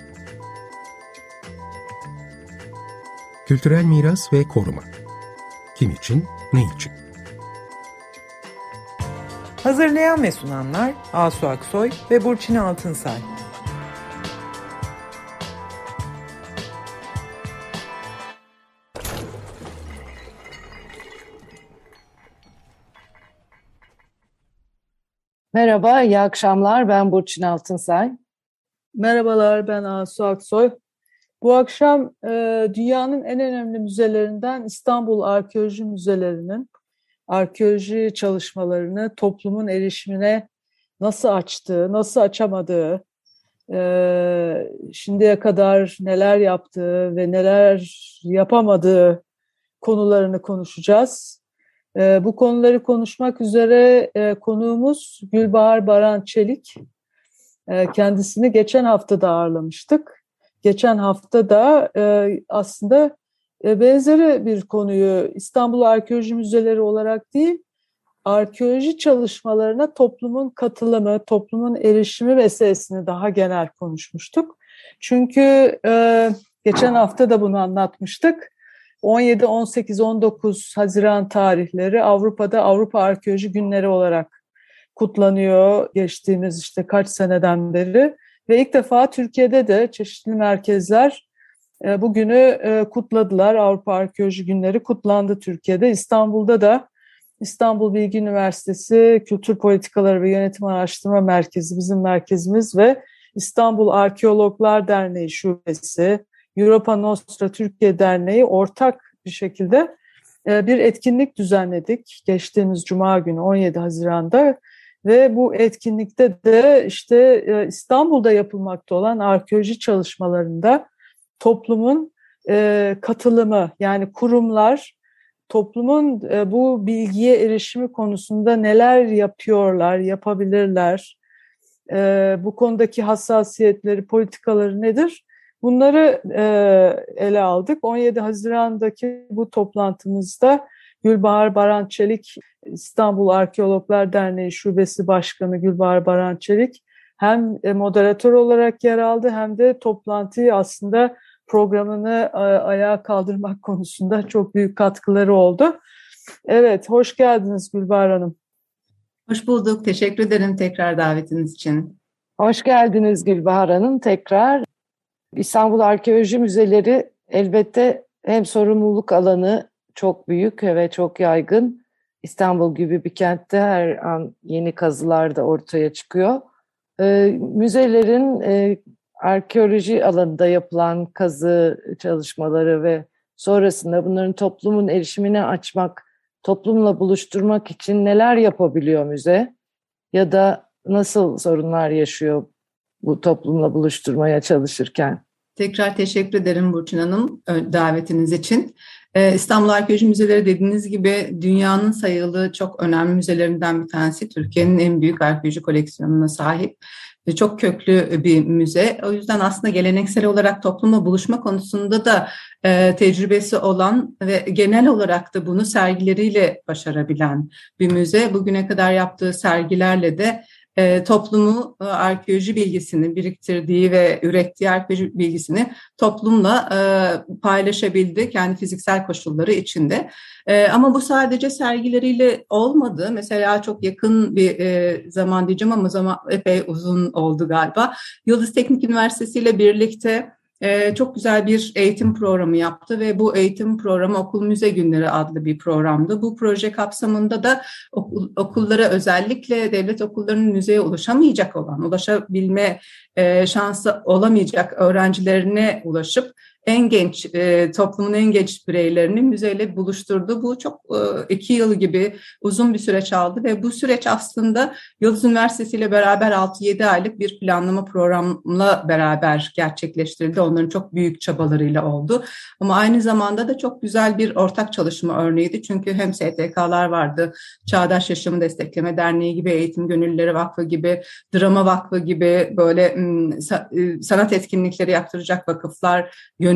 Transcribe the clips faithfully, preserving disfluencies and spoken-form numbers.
Kültürel miras ve koruma. Kim için, ne için? Hazırlayan ve sunanlar Asu Aksoy ve Burçin Altınsay. Merhaba, iyi akşamlar. Ben Burçin Altınsay. Merhabalar, ben Asu Aksoy. Bu akşam e, dünyanın en önemli müzelerinden İstanbul Arkeoloji Müzeleri'nin arkeoloji çalışmalarını toplumun erişimine nasıl açtığı, nasıl açamadığı, e, şimdiye kadar neler yaptığı ve neler yapamadığı konularını konuşacağız. E, bu konuları konuşmak üzere e, konuğumuz Gülbahar Baran Çelik. E, kendisini geçen hafta da ağırlamıştık. Geçen hafta da e, aslında e, benzeri bir konuyu İstanbul Arkeoloji Müzeleri olarak değil, arkeoloji çalışmalarına toplumun katılımı, toplumun erişimi meselesini daha genel konuşmuştuk. Çünkü e, geçen hafta da bunu anlatmıştık. on yedi, on sekiz, on dokuz Haziran tarihleri Avrupa'da Avrupa Arkeoloji Günleri olarak kutlanıyor geçtiğimiz işte kaç seneden beri. Ve ilk defa Türkiye'de de çeşitli merkezler e, bugünü e, kutladılar. Avrupa Arkeoloji Günleri kutlandı Türkiye'de. İstanbul'da da İstanbul Bilgi Üniversitesi Kültür Politikaları ve Yönetim Araştırma Merkezi bizim merkezimiz ve İstanbul Arkeologlar Derneği Şubesi, Europa Nostra Türkiye Derneği ortak bir şekilde e, bir etkinlik düzenledik. Geçtiğimiz Cuma günü on yedi Haziran'da. Ve bu etkinlikte de işte İstanbul'da yapılmakta olan arkeoloji çalışmalarında toplumun katılımı, yani kurumlar toplumun bu bilgiye erişimi konusunda neler yapıyorlar, yapabilirler, bu konudaki hassasiyetleri, politikaları nedir? Bunları ele aldık. on yedi Haziran'daki bu toplantımızda Gülbahar Baran Çelik, İstanbul Arkeologlar Derneği Şubesi Başkanı Gülbahar Baran Çelik hem moderatör olarak yer aldı hem de toplantıyı aslında programını ayağa kaldırmak konusunda çok büyük katkıları oldu. Evet, hoş geldiniz Gülbahar Hanım. Hoş bulduk, teşekkür ederim tekrar davetiniz için. Hoş geldiniz Gülbahar Hanım tekrar. İstanbul Arkeoloji Müzeleri elbette hem sorumluluk alanı çok büyük ve çok yaygın. İstanbul gibi bir kentte her an yeni kazılar da ortaya çıkıyor. Ee, müzelerin e, arkeoloji alanında yapılan kazı çalışmaları ve sonrasında bunların toplumun erişimine açmak, toplumla buluşturmak için neler yapabiliyor müze? Ya da nasıl sorunlar yaşıyor bu toplumla buluşturmaya çalışırken? Tekrar teşekkür ederim Burçin Hanım davetiniz için. İstanbul Arkeoloji Müzeleri dediğiniz gibi dünyanın sayılı çok önemli müzelerinden bir tanesi. Türkiye'nin en büyük arkeoloji koleksiyonuna sahip. Çok köklü bir müze. O yüzden aslında geleneksel olarak toplumla buluşma konusunda da e, tecrübesi olan ve genel olarak da bunu sergileriyle başarabilen bir müze. Bugüne kadar yaptığı sergilerle de E, toplumu e, arkeoloji bilgisini biriktirdiği ve ürettiği arkeoloji bilgisini toplumla e, paylaşabildi kendi fiziksel koşulları içinde. E, ama bu sadece sergileriyle olmadı. Mesela çok yakın bir e, zaman diyeceğim ama zaman epey uzun oldu galiba. Yıldız Teknik Üniversitesi ile birlikte Ee, çok güzel bir eğitim programı yaptı ve bu eğitim programı Okul Müze Günleri adlı bir programdı. Bu proje kapsamında da okul, okullara özellikle devlet okullarının müzeye ulaşamayacak olan, ulaşabilme e, şansı olamayacak öğrencilerine ulaşıp en genç, e, toplumun en genç bireylerini müzeyle buluşturdu. Bu çok e, iki yıl gibi uzun bir süreç aldı ve bu süreç aslında Yıldız Üniversitesi ile beraber altı yedi aylık bir planlama programla beraber gerçekleştirildi. Onların çok büyük çabalarıyla oldu. Ama aynı zamanda da çok güzel bir ortak çalışma örneğiydi. Çünkü hem S T K'lar vardı, Çağdaş Yaşamı Destekleme Derneği gibi, Eğitim Gönüllüleri Vakfı gibi, Drama Vakfı gibi böyle sanat etkinlikleri yaptıracak vakıflar, gönüllü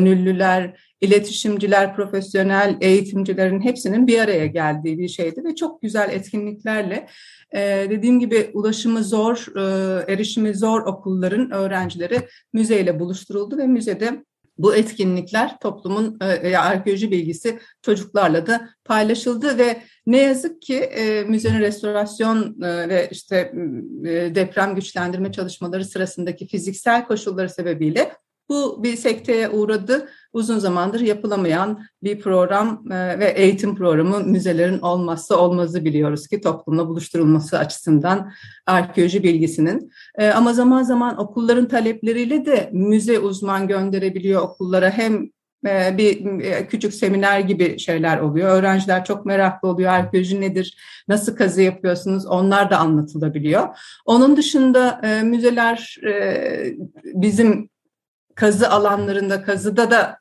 gönüllüler, iletişimciler, profesyonel eğitimcilerin hepsinin bir araya geldiği bir şeydi ve çok güzel etkinliklerle e, dediğim gibi ulaşımı zor, e, erişimi zor okulların öğrencileri müzeyle buluşturuldu ve müzede bu etkinlikler toplumun e, arkeoloji bilgisi çocuklarla da paylaşıldı ve ne yazık ki e, müzenin restorasyon e, ve işte e, deprem güçlendirme çalışmaları sırasındaki fiziksel koşulları sebebiyle bu bir sekteye uğradı. Uzun zamandır yapılamayan bir program e, ve eğitim programı müzelerin olmazsa olmazı biliyoruz ki toplumla buluşturulması açısından arkeoloji bilgisinin. E, ama zaman zaman okulların talepleriyle de müze uzman gönderebiliyor okullara. Hem e, bir e, küçük seminer gibi şeyler oluyor. Öğrenciler çok meraklı oluyor. Arkeoloji nedir? Nasıl kazı yapıyorsunuz? Onlar da anlatılabiliyor. Onun dışında e, müzeler e, bizim kazı alanlarında, kazıda da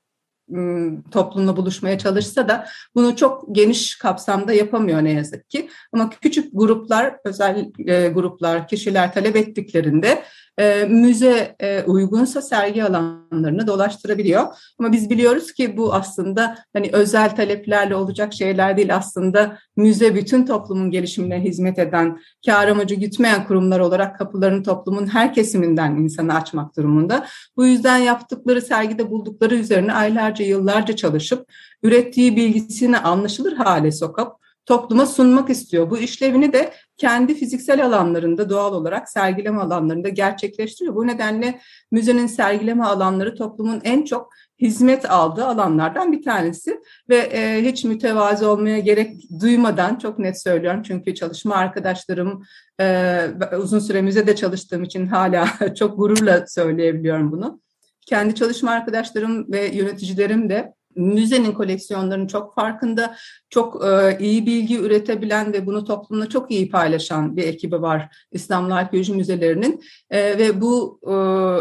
toplumla buluşmaya çalışsa da bunu çok geniş kapsamda yapamıyor ne yazık ki. Ama küçük gruplar, özel e, gruplar, kişiler talep ettiklerinde e, müze e, uygunsa sergi alanlarını dolaştırabiliyor. Ama biz biliyoruz ki bu aslında hani özel taleplerle olacak şeyler değil. Aslında müze bütün toplumun gelişimine hizmet eden, kâr amacı gütmeyen kurumlar olarak kapılarını toplumun her kesiminden insana açmak durumunda. Bu yüzden yaptıkları sergide buldukları üzerine aylarca, yıllarca çalışıp ürettiği bilgisini anlaşılır hale sokup topluma sunmak istiyor. Bu işlevini de kendi fiziksel alanlarında doğal olarak sergileme alanlarında gerçekleştiriyor. Bu nedenle müzenin sergileme alanları toplumun en çok hizmet aldığı alanlardan bir tanesi ve e, hiç mütevazı olmaya gerek duymadan çok net söylüyorum. Çünkü çalışma arkadaşlarım e, uzun süre müzede çalıştığım için hala çok gururla söyleyebiliyorum bunu. Kendi çalışma arkadaşlarım ve yöneticilerim de müzenin koleksiyonlarının çok farkında, çok e, iyi bilgi üretebilen ve bunu toplumla çok iyi paylaşan bir ekibi var İstanbul Arkeoloji Müzelerinin e, ve bu e,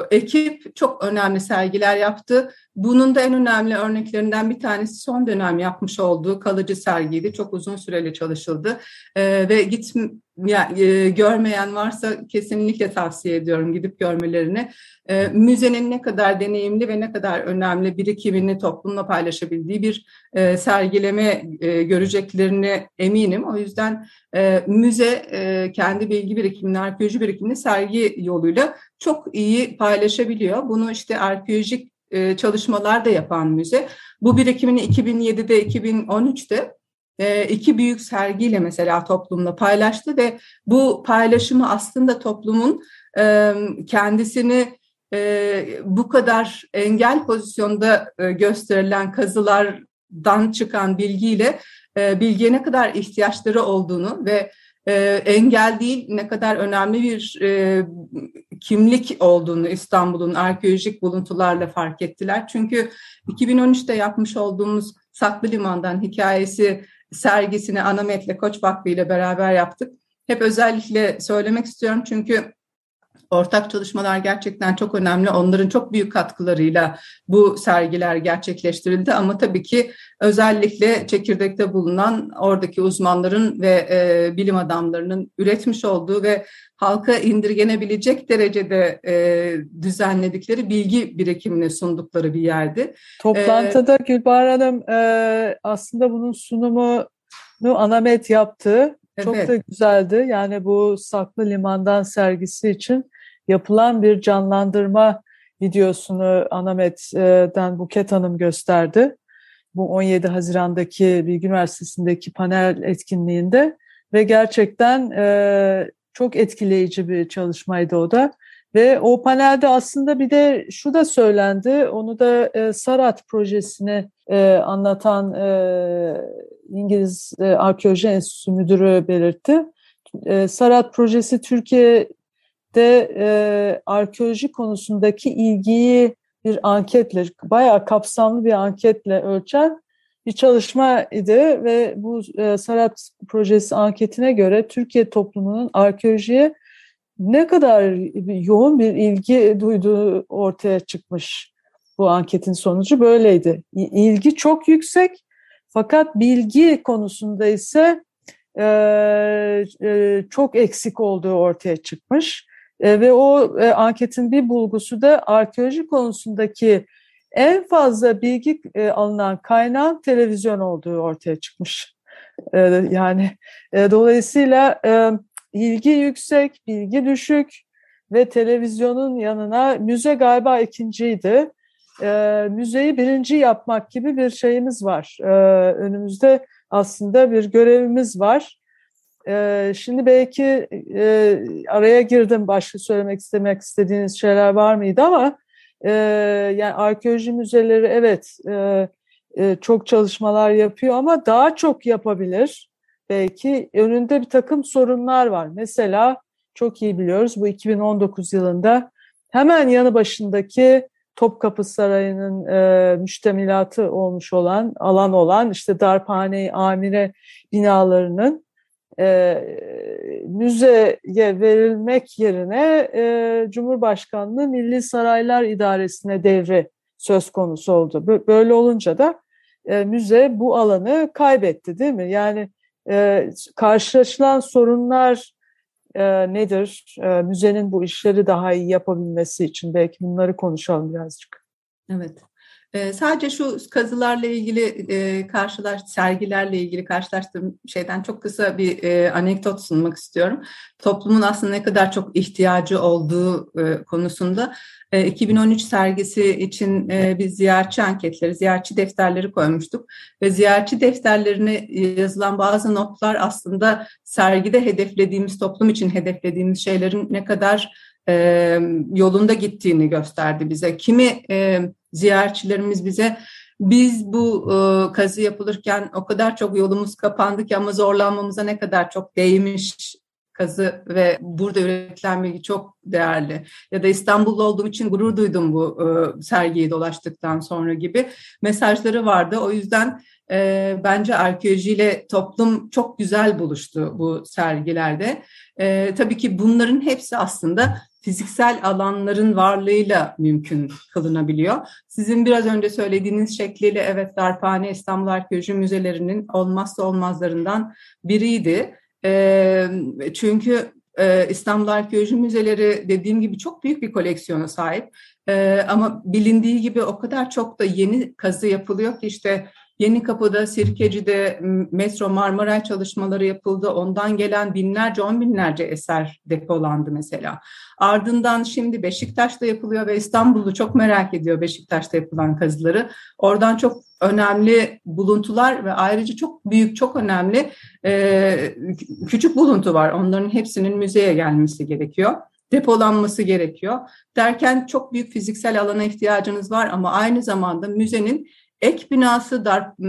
ekip çok önemli sergiler yaptı. Bunun da en önemli örneklerinden bir tanesi son dönem yapmış olduğu kalıcı sergiydi. Çok uzun süreli çalışıldı e, ve git ya, e, görmeyen varsa kesinlikle tavsiye ediyorum gidip görmelerini. E, müzenin ne kadar deneyimli ve ne kadar önemli birikimini toplumla paylaşabildiği bir e, sergileme e, göreceklerine eminim. O yüzden e, müze e, kendi bilgi birikimini, arkeoloji birikimini sergi yoluyla çok iyi paylaşabiliyor. Bunu işte arkeolojik e, çalışmalar da yapan müze. Bu birikimini iki bin yedide, iki bin on üçte e, iki büyük sergiyle mesela toplumla paylaştı ve bu paylaşımı aslında toplumun e, kendisini e, bu kadar engel pozisyonda e, gösterilen kazılardan çıkan bilgiyle e, bilgiye ne kadar ihtiyaçları olduğunu ve e, engel değil ne kadar önemli bir e, kimlik olduğunu İstanbul'un arkeolojik buluntularla fark ettiler. Çünkü iki bin on üçte yapmış olduğumuz Saklı Liman'dan hikayesi sergisini Anamet'le Koç Vakfı ile beraber yaptık. Hep özellikle söylemek istiyorum çünkü ortak çalışmalar gerçekten çok önemli. Onların çok büyük katkılarıyla bu sergiler gerçekleştirildi. Ama tabii ki özellikle çekirdekte bulunan oradaki uzmanların ve e, bilim adamlarının üretmiş olduğu ve halka indirgenebilecek derecede e, düzenledikleri bilgi birikimini sundukları bir yerdi. Toplantıda ee, Gülbahar Hanım e, aslında bunun sunumunu Anamet yaptı. Çok evet. da güzeldi. Yani bu Saklı Liman'dan sergisi için yapılan bir canlandırma videosunu Anamet'den Buket Hanım gösterdi. Bu on yedi Haziran'daki Bilgi Üniversitesi'ndeki panel etkinliğinde ve gerçekten e, çok etkileyici bir çalışmaydı o da. Ve o panelde aslında bir de şu da söylendi, onu da e, Sarat projesini e, anlatan e, İngiliz e, Arkeoloji Enstitüsü Müdürü belirtti. E, Sarat projesi Türkiye'de e, arkeoloji konusundaki ilgiyi bir anketle, bayağı kapsamlı bir anketle ölçen bir çalışmaydı ve bu e, Sarat projesi anketine göre Türkiye toplumunun arkeolojiye ne kadar yoğun bir ilgi duyduğu ortaya çıkmış. Bu anketin sonucu böyleydi. İlgi çok yüksek fakat bilgi konusunda ise e, e, çok eksik olduğu ortaya çıkmış. E, ve o e, anketin bir bulgusu da arkeoloji konusundaki en fazla bilgi e, alınan kaynağın televizyon olduğu ortaya çıkmış. E, yani e, dolayısıyla e, ilgi yüksek, bilgi düşük ve televizyonun yanına müze galiba ikinciydi. E, müzeyi birinci yapmak gibi bir şeyimiz var. E, önümüzde aslında bir görevimiz var. E, şimdi belki e, araya girdim, başka söylemek istemek istediğiniz şeyler var mıydı ama e, yani arkeoloji müzeleri evet e, e, çok çalışmalar yapıyor ama daha çok yapabilir. Belki önünde bir takım sorunlar var. Mesela çok iyi biliyoruz, bu iki bin on dokuz yılında hemen yanı başındaki Topkapı Sarayı'nın e, müştemilatı olmuş olan, alan olan işte Darphane-i Amire binalarının e, müzeye verilmek yerine e, Cumhurbaşkanlığı Milli Saraylar İdaresi'ne devri söz konusu oldu. Böyle olunca da e, müze bu alanı kaybetti, değil mi? Yani e, karşılaşılan sorunlar e, nedir? E, müzenin bu işleri daha iyi yapabilmesi için belki bunları konuşalım birazcık. Evet. Ee, sadece şu kazılarla ilgili e, karşılaş, sergilerle ilgili karşılaştığım şeyden çok kısa bir e, anekdot sunmak istiyorum. Toplumun aslında ne kadar çok ihtiyacı olduğu e, konusunda e, iki bin on üç sergisi için e, biz ziyaretçi anketleri, ziyaretçi defterleri koymuştuk. Ve ziyaretçi defterlerine yazılan bazı notlar aslında sergide hedeflediğimiz, toplum için hedeflediğimiz şeylerin ne kadar e, yolunda gittiğini gösterdi bize. Kimi e, ziyaretçilerimiz bize biz bu e, kazı yapılırken o kadar çok yolumuz kapandı ki ama zorlanmamıza ne kadar çok değmiş kazı ve burada üretilen bilgi çok değerli. Ya da İstanbul'da olduğum için gurur duydum bu e, sergiyi dolaştıktan sonra gibi mesajları vardı. O yüzden e, bence arkeolojiyle toplum çok güzel buluştu bu sergilerde. E, tabii ki bunların hepsi aslında fiziksel alanların varlığıyla mümkün kılınabiliyor. Sizin biraz önce söylediğiniz şekliyle evet Darphane İstanbul Arkeoloji Müzelerinin olmazsa olmazlarından biriydi. E, çünkü e, İstanbul Arkeoloji Müzeleri dediğim gibi çok büyük bir koleksiyona sahip. E, ama bilindiği gibi o kadar çok da yeni kazı yapılıyor ki işte Yenikapı'da, Sirkeci'de Metro Marmaray çalışmaları yapıldı. Ondan gelen binlerce, on binlerce eser depolandı mesela. Ardından şimdi Beşiktaş'ta yapılıyor ve İstanbul'u çok merak ediyor Beşiktaş'ta yapılan kazıları. Oradan çok önemli buluntular ve ayrıca çok büyük, çok önemli e, küçük buluntu var. Onların hepsinin müzeye gelmesi gerekiyor. Depolanması gerekiyor. Derken çok büyük fiziksel alana ihtiyacınız var ama aynı zamanda müzenin ek binası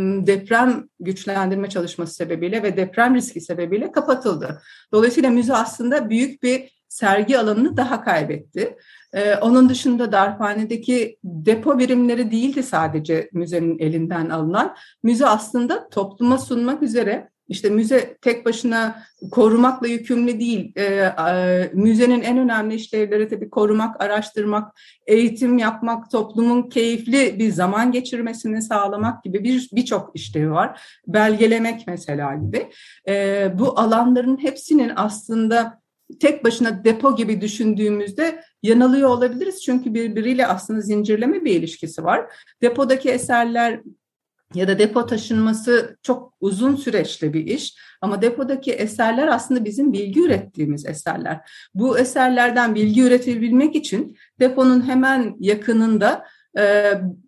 deprem güçlendirme çalışması sebebiyle ve deprem riski sebebiyle kapatıldı. Dolayısıyla müze aslında büyük bir sergi alanını daha kaybetti. Ee, onun dışında Darphane'deki depo birimleri değildi sadece müzenin elinden alınan. Müze aslında topluma sunmak üzere, işte müze tek başına korumakla yükümlü değil. Ee, e, müzenin en önemli işlevleri tabii korumak, araştırmak, eğitim yapmak, toplumun keyifli bir zaman geçirmesini sağlamak gibi bir birçok işlevi var. Belgelemek mesela gibi. Ee, bu alanların hepsinin aslında tek başına depo gibi düşündüğümüzde yanılıyor olabiliriz. Çünkü birbiriyle aslında zincirleme bir ilişkisi var. Depodaki eserler ya da depo taşınması çok uzun süreçli bir iş. Ama depodaki eserler aslında bizim bilgi ürettiğimiz eserler. Bu eserlerden bilgi üretebilmek için deponun hemen yakınında e,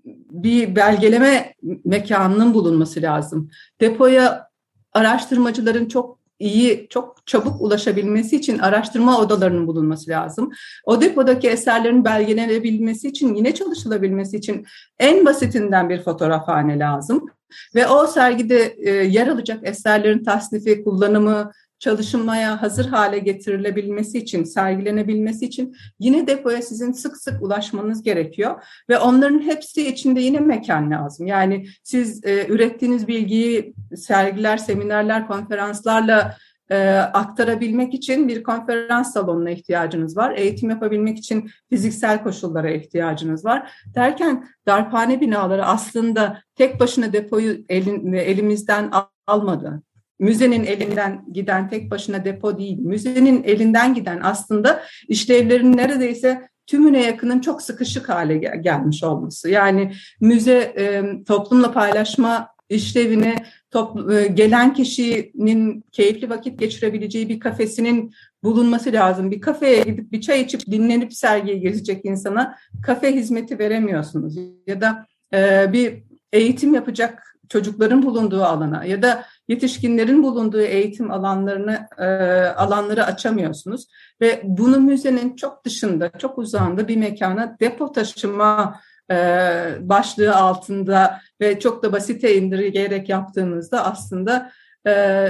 bir belgeleme mekanının bulunması lazım. Depoya araştırmacıların çok iyi, çok çabuk ulaşabilmesi için araştırma odalarının bulunması lazım. O depodaki eserlerin belgelenebilmesi için, yine çalışılabilmesi için en basitinden bir fotoğrafhane lazım. Ve o sergide e, yer alacak eserlerin tasnifi, kullanımı, çalışılmaya hazır hale getirilebilmesi için, sergilenebilmesi için yine depoya sizin sık sık ulaşmanız gerekiyor. Ve onların hepsi içinde yine mekan lazım. Yani siz e, ürettiğiniz bilgiyi sergiler, seminerler, konferanslarla e, aktarabilmek için bir konferans salonuna ihtiyacınız var. Eğitim yapabilmek için fiziksel koşullara ihtiyacınız var. Derken darphane binaları aslında tek başına depoyu elin, elimizden almadı. Müzenin elinden giden tek başına depo değil, müzenin elinden giden aslında işlevlerin neredeyse tümüne yakının çok sıkışık hale gel- gelmiş olması. Yani müze e, toplumla paylaşma işlevini top, e, gelen kişinin keyifli vakit geçirebileceği bir kafesinin bulunması lazım. Bir kafeye gidip bir çay içip dinlenip sergiye gezecek insana kafe hizmeti veremiyorsunuz. Ya da e, bir eğitim yapacak çocukların bulunduğu alana ya da yetişkinlerin bulunduğu eğitim alanlarını e, alanları açamıyorsunuz ve bunu müzenin çok dışında, çok uzağında bir mekana depo taşıma e, başlığı altında ve çok da basite indirgeyerek yaptığınızda aslında e,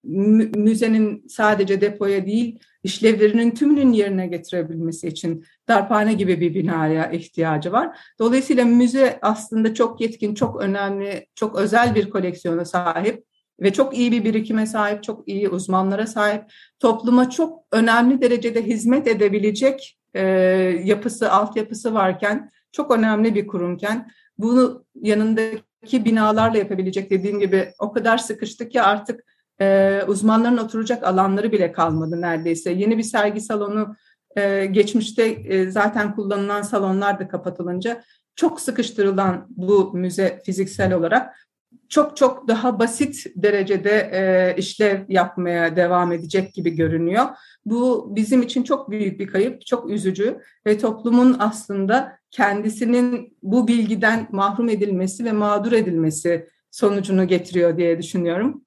müzenin sadece depoya değil, işlevlerinin tümünün yerine getirebilmesi için darphane gibi bir binaya ihtiyacı var. Dolayısıyla müze aslında çok yetkin, çok önemli, çok özel bir koleksiyona sahip ve çok iyi bir birikime sahip, çok iyi uzmanlara sahip, topluma çok önemli derecede hizmet edebilecek e, yapısı, altyapısı varken, çok önemli bir kurumken, bunu yanındaki binalarla yapabilecek, dediğim gibi o kadar sıkıştı ki artık Ee, uzmanların oturacak alanları bile kalmadı neredeyse. Yeni bir sergi salonu e, geçmişte e, zaten kullanılan salonlar da kapatılınca çok sıkıştırılan bu müze fiziksel olarak çok çok daha basit derecede e, işlev yapmaya devam edecek gibi görünüyor. Bu bizim için çok büyük bir kayıp, çok üzücü ve toplumun aslında kendisinin bu bilgiden mahrum edilmesi ve mağdur edilmesi sonucunu getiriyor diye düşünüyorum.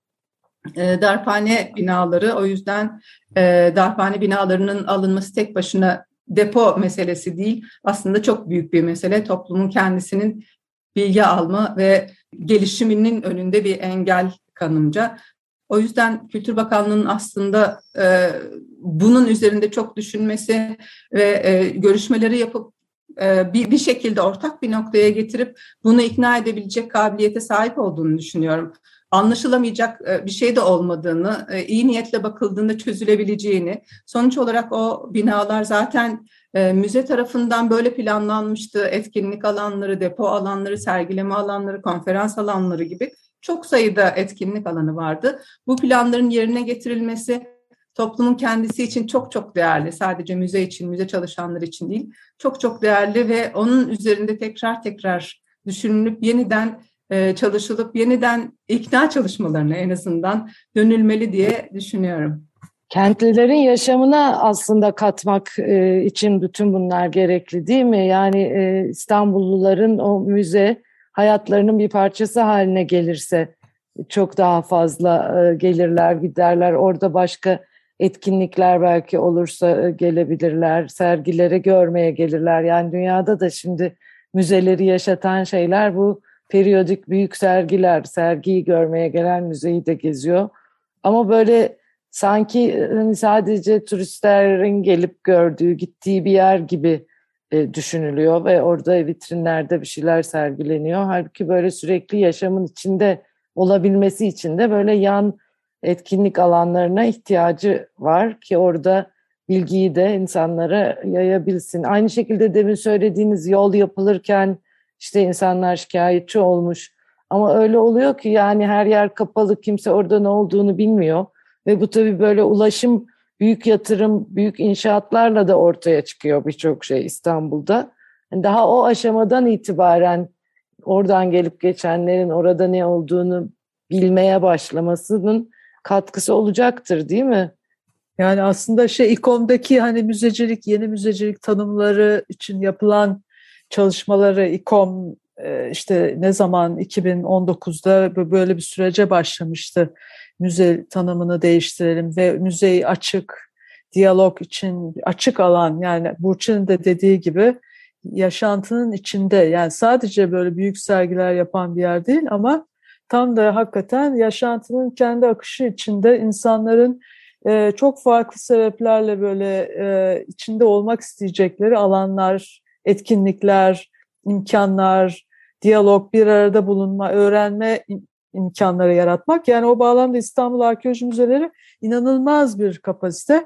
E, darphane binaları, o yüzden e, darphane binalarının alınması tek başına depo meselesi değil, aslında çok büyük bir mesele. Toplumun kendisinin bilgi alma ve gelişiminin önünde bir engel kanımca. O yüzden Kültür Bakanlığı'nın aslında e, bunun üzerinde çok düşünmesi ve e, görüşmeleri yapıp e, bir, bir şekilde ortak bir noktaya getirip bunu ikna edebilecek kabiliyete sahip olduğunu düşünüyorum. Anlaşılamayacak bir şey de olmadığını, iyi niyetle bakıldığında çözülebileceğini, sonuç olarak o binalar zaten müze tarafından böyle planlanmıştı. Etkinlik alanları, depo alanları, sergileme alanları, konferans alanları gibi çok sayıda etkinlik alanı vardı. Bu planların yerine getirilmesi toplumun kendisi için çok çok değerli. Sadece müze için, müze çalışanları için değil, çok çok değerli ve onun üzerinde tekrar tekrar düşünülüp yeniden çalışılıp yeniden ikna çalışmalarına en azından dönülmeli diye düşünüyorum. Kentlilerin yaşamına aslında katmak için bütün bunlar gerekli değil mi? Yani İstanbulluların o müze hayatlarının bir parçası haline gelirse çok daha fazla gelirler, giderler. Orada başka etkinlikler belki olursa gelebilirler, sergileri görmeye gelirler. Yani dünyada da şimdi müzeleri yaşatan şeyler bu. Periyodik büyük sergiler, sergiyi görmeye gelen müzeyi de geziyor. Ama böyle sanki hani sadece turistlerin gelip gördüğü, gittiği bir yer gibi e, düşünülüyor ve orada vitrinlerde bir şeyler sergileniyor. Halbuki böyle sürekli yaşamın içinde olabilmesi için de böyle yan etkinlik alanlarına ihtiyacı var ki orada bilgiyi de insanlara yayabilsin. Aynı şekilde demin söylediğiniz yol yapılırken İşte insanlar şikayetçi olmuş ama öyle oluyor ki yani her yer kapalı, kimse orada ne olduğunu bilmiyor ve bu tabii böyle ulaşım, büyük yatırım, büyük inşaatlarla da ortaya çıkıyor birçok şey İstanbul'da. Yani daha o aşamadan itibaren oradan gelip geçenlerin orada ne olduğunu bilmeye başlamasının katkısı olacaktır değil mi? Yani aslında şey İKOM'daki hani müzecilik, yeni müzecilik tanımları için yapılan çalışmaları İKOM işte ne zaman iki bin on dokuzda böyle bir sürece başlamıştı. Müze tanımını değiştirelim ve müzeyi açık, diyalog için açık alan, yani Burçin'in de dediği gibi yaşantının içinde, yani sadece böyle büyük sergiler yapan bir yer değil ama tam da hakikaten yaşantının kendi akışı içinde insanların çok farklı sebeplerle böyle içinde olmak isteyecekleri alanlar, etkinlikler, imkanlar, diyalog, bir arada bulunma, öğrenme imkanları yaratmak. Yani o bağlamda İstanbul Arkeoloji Müzeleri inanılmaz bir kapasite.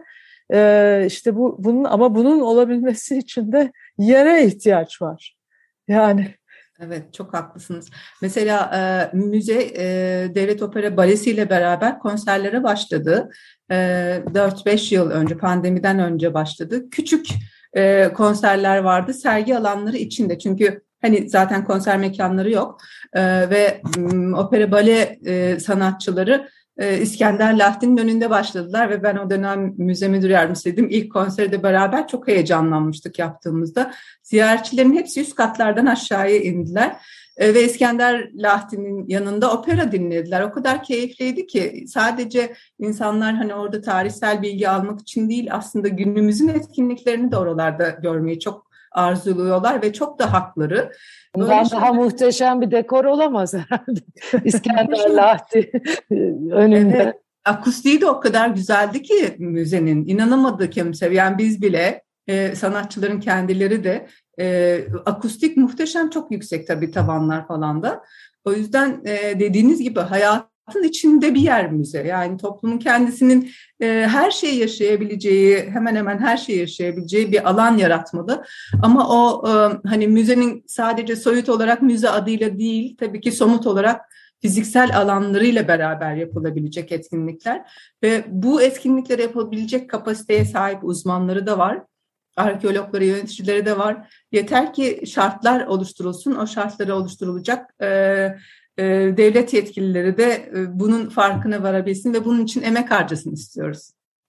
Ee, işte bu bunun ama bunun olabilmesi için de yere ihtiyaç var. Yani evet, çok haklısınız. Mesela e, müze e, Devlet Opera Balesi ile beraber konserlere başladı. E, dört beş yıl önce, pandemiden önce başladı. Küçük e, konserler vardı. Sergi alanları içinde. Çünkü hani zaten konser mekanları yok. E, ve m, opera bale e, sanatçıları e, İskender Lahti'nin önünde başladılar ve ben o dönem müze müdür yardımcısıydım. İlk konserde beraber çok heyecanlanmıştık yaptığımızda. Ziyaretçilerin hepsi üst katlardan aşağıya indiler. Ve İskender Lahti'nin yanında opera dinlediler. O kadar keyifliydi ki sadece insanlar hani orada tarihsel bilgi almak için değil, aslında günümüzün etkinliklerini de oralarda görmeyi çok arzuluyorlar ve çok da hakları. Bundan daha muhteşem bir dekor olamaz herhalde. İskender Lahti önünde. Evet, akustiği de o kadar güzeldi ki müzenin. İnanamadı kimse. Yani biz bile, e, sanatçıların kendileri de. E, akustik muhteşem, çok yüksek tabii tavanlar falan da. O yüzden e, dediğiniz gibi hayatın içinde bir yer müze. Yani toplumun kendisinin e, her şeyi yaşayabileceği, hemen hemen her şeyi yaşayabileceği bir alan yaratmalı. Ama o e, hani müzenin sadece soyut olarak müze adıyla değil, tabii ki somut olarak fiziksel alanlarıyla beraber yapılabilecek etkinlikler. Ve bu etkinlikleri yapabilecek kapasiteye sahip uzmanları da var. Arkeologları, yöneticileri de var. Yeter ki şartlar oluşturulsun. O şartları oluşturulacak e, e, devlet yetkilileri de e, bunun farkına varabilsin ve bunun için emek harcasın istiyoruz.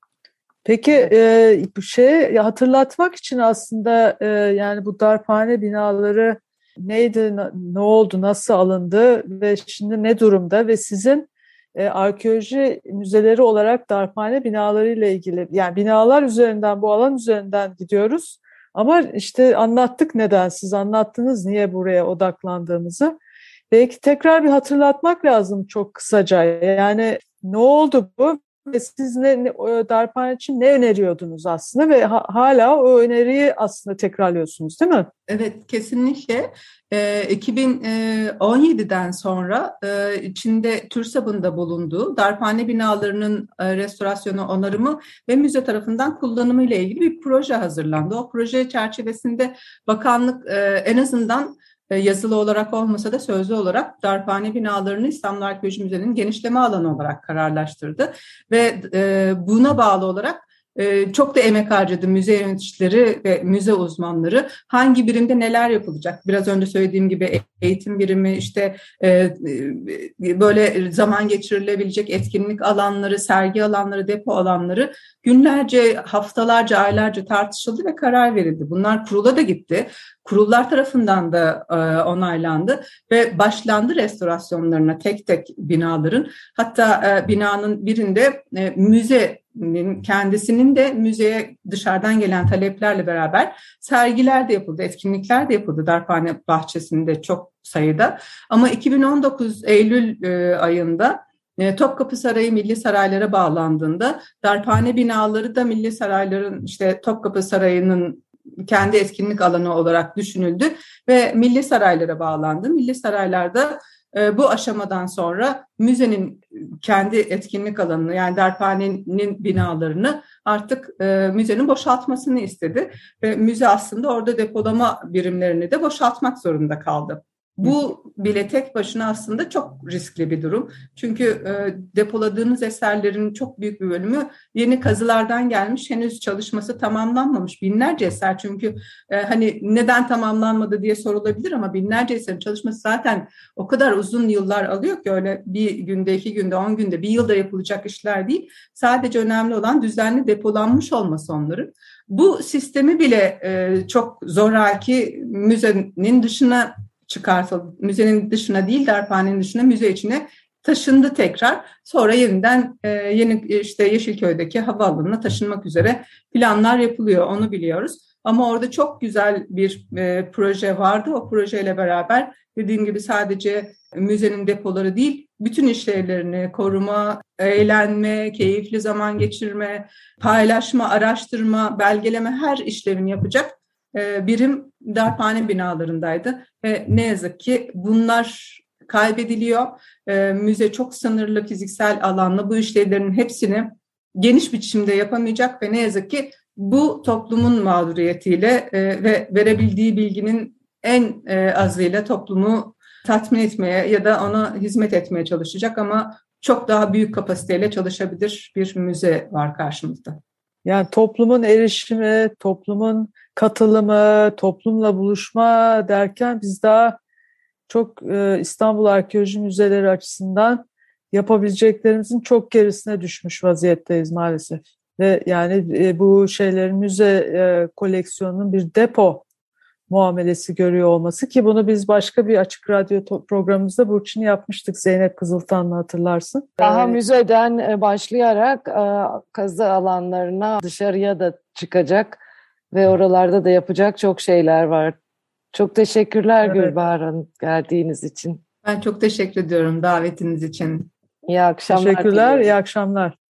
Peki e, bu şeyi hatırlatmak için aslında e, yani bu darphane binaları neydi, ne oldu, nasıl alındı ve şimdi ne durumda ve sizin E, arkeoloji müzeleri olarak darphane binalarıyla ilgili, yani binalar üzerinden, bu alan üzerinden gidiyoruz ama işte anlattık neden, siz anlattınız niye buraya odaklandığımızı. Belki tekrar bir hatırlatmak lazım çok kısaca, yani ne oldu bu ve siz ne, ne, darphane için ne öneriyordunuz aslında ve ha, hala o öneriyi aslında tekrarlıyorsunuz değil mi? Evet, kesinlikle. E, iki bin on yediden sonra e, içinde TÜRSAB'ın da bulunduğu darphane binalarının e, restorasyonu, onarımı ve müze tarafından kullanımı ile ilgili bir proje hazırlandı. O proje çerçevesinde bakanlık e, en azından e, yazılı olarak olmasa da sözlü olarak darphane binalarını İstanbul Arkeoloji Müzesi'nin genişleme alanı olarak kararlaştırdı ve e, buna bağlı olarak Ee, çok da emek harcadı müze yöneticileri ve müze uzmanları. Hangi birimde neler yapılacak? Biraz önce söylediğim gibi eğitim birimi, işte e, e, böyle zaman geçirilebilecek etkinlik alanları, sergi alanları, depo alanları günlerce, haftalarca, aylarca tartışıldı ve karar verildi. Bunlar kurula da gitti. Kurullar tarafından da e, onaylandı ve başlandı restorasyonlarına tek tek binaların. Hatta e, binanın birinde e, müze kendisinin de müzeye dışarıdan gelen taleplerle beraber sergiler de yapıldı, etkinlikler de yapıldı darphane bahçesinde çok sayıda. Ama iki bin on dokuz Eylül e, ayında e, Topkapı Sarayı Milli Saraylara bağlandığında darphane binaları da Milli Sarayların, işte Topkapı Sarayı'nın kendi etkinlik alanı olarak düşünüldü ve Milli Saraylara bağlandı. Milli Saraylarda bu aşamadan sonra müzenin kendi etkinlik alanını, yani darphanenin binalarını artık e, müzenin boşaltmasını istedi. Ve müze aslında orada depolama birimlerini de boşaltmak zorunda kaldı. Bu bile tek başına aslında çok riskli bir durum. Çünkü e, depoladığınız eserlerin çok büyük bir bölümü yeni kazılardan gelmiş, henüz çalışması tamamlanmamış binlerce eser. Çünkü e, hani neden tamamlanmadı diye sorulabilir ama binlerce eserin çalışması zaten o kadar uzun yıllar alıyor ki, öyle bir günde, iki günde, on günde, bir yılda yapılacak işler değil. Sadece önemli olan düzenli depolanmış olması onların. Bu sistemi bile e, çok zoraki müzenin dışına çıkartıldı. Müzenin dışına değil, darphanenin dışına, müze içine taşındı tekrar. Sonra yeniden e, yeni işte Yeşilköy'deki havaalanına taşınmak üzere planlar yapılıyor, onu biliyoruz. Ama orada çok güzel bir e, proje vardı. O projeyle beraber dediğim gibi sadece müzenin depoları değil, bütün işlevlerini koruma, eğlenme, keyifli zaman geçirme, paylaşma, araştırma, belgeleme, her işlevini yapacak birim darphane binalarındaydı. Ve ne yazık ki bunlar kaybediliyor. E, müze çok sınırlı fiziksel alanla bu işlevlerin hepsini geniş biçimde yapamayacak ve ne yazık ki bu toplumun mağduriyetiyle e, ve verebildiği bilginin en e, azıyla toplumu tatmin etmeye ya da ona hizmet etmeye çalışacak ama çok daha büyük kapasiteyle çalışabilir bir müze var karşımızda. Yani toplumun erişimi, toplumun katılımı, toplumla buluşma derken biz daha çok e, İstanbul Arkeoloji Müzeleri açısından yapabileceklerimizin çok gerisine düşmüş vaziyetteyiz maalesef. Ve yani e, bu şeylerin müze e, koleksiyonunun bir depo muamelesi görüyor olması, ki bunu biz başka bir Açık Radyo programımızda Burçin'i yapmıştık, Zeynep Kızıltan'la, hatırlarsın. Daha Ee, müzeden e, başlayarak e, kazı alanlarına, dışarıya da çıkacak ve oralarda da yapacak çok şeyler var. Çok teşekkürler Evet. Gülbahar Hanım geldiğiniz için. Ben çok teşekkür ediyorum davetiniz için. İyi akşamlar Teşekkürler, diliyorum. iyi akşamlar.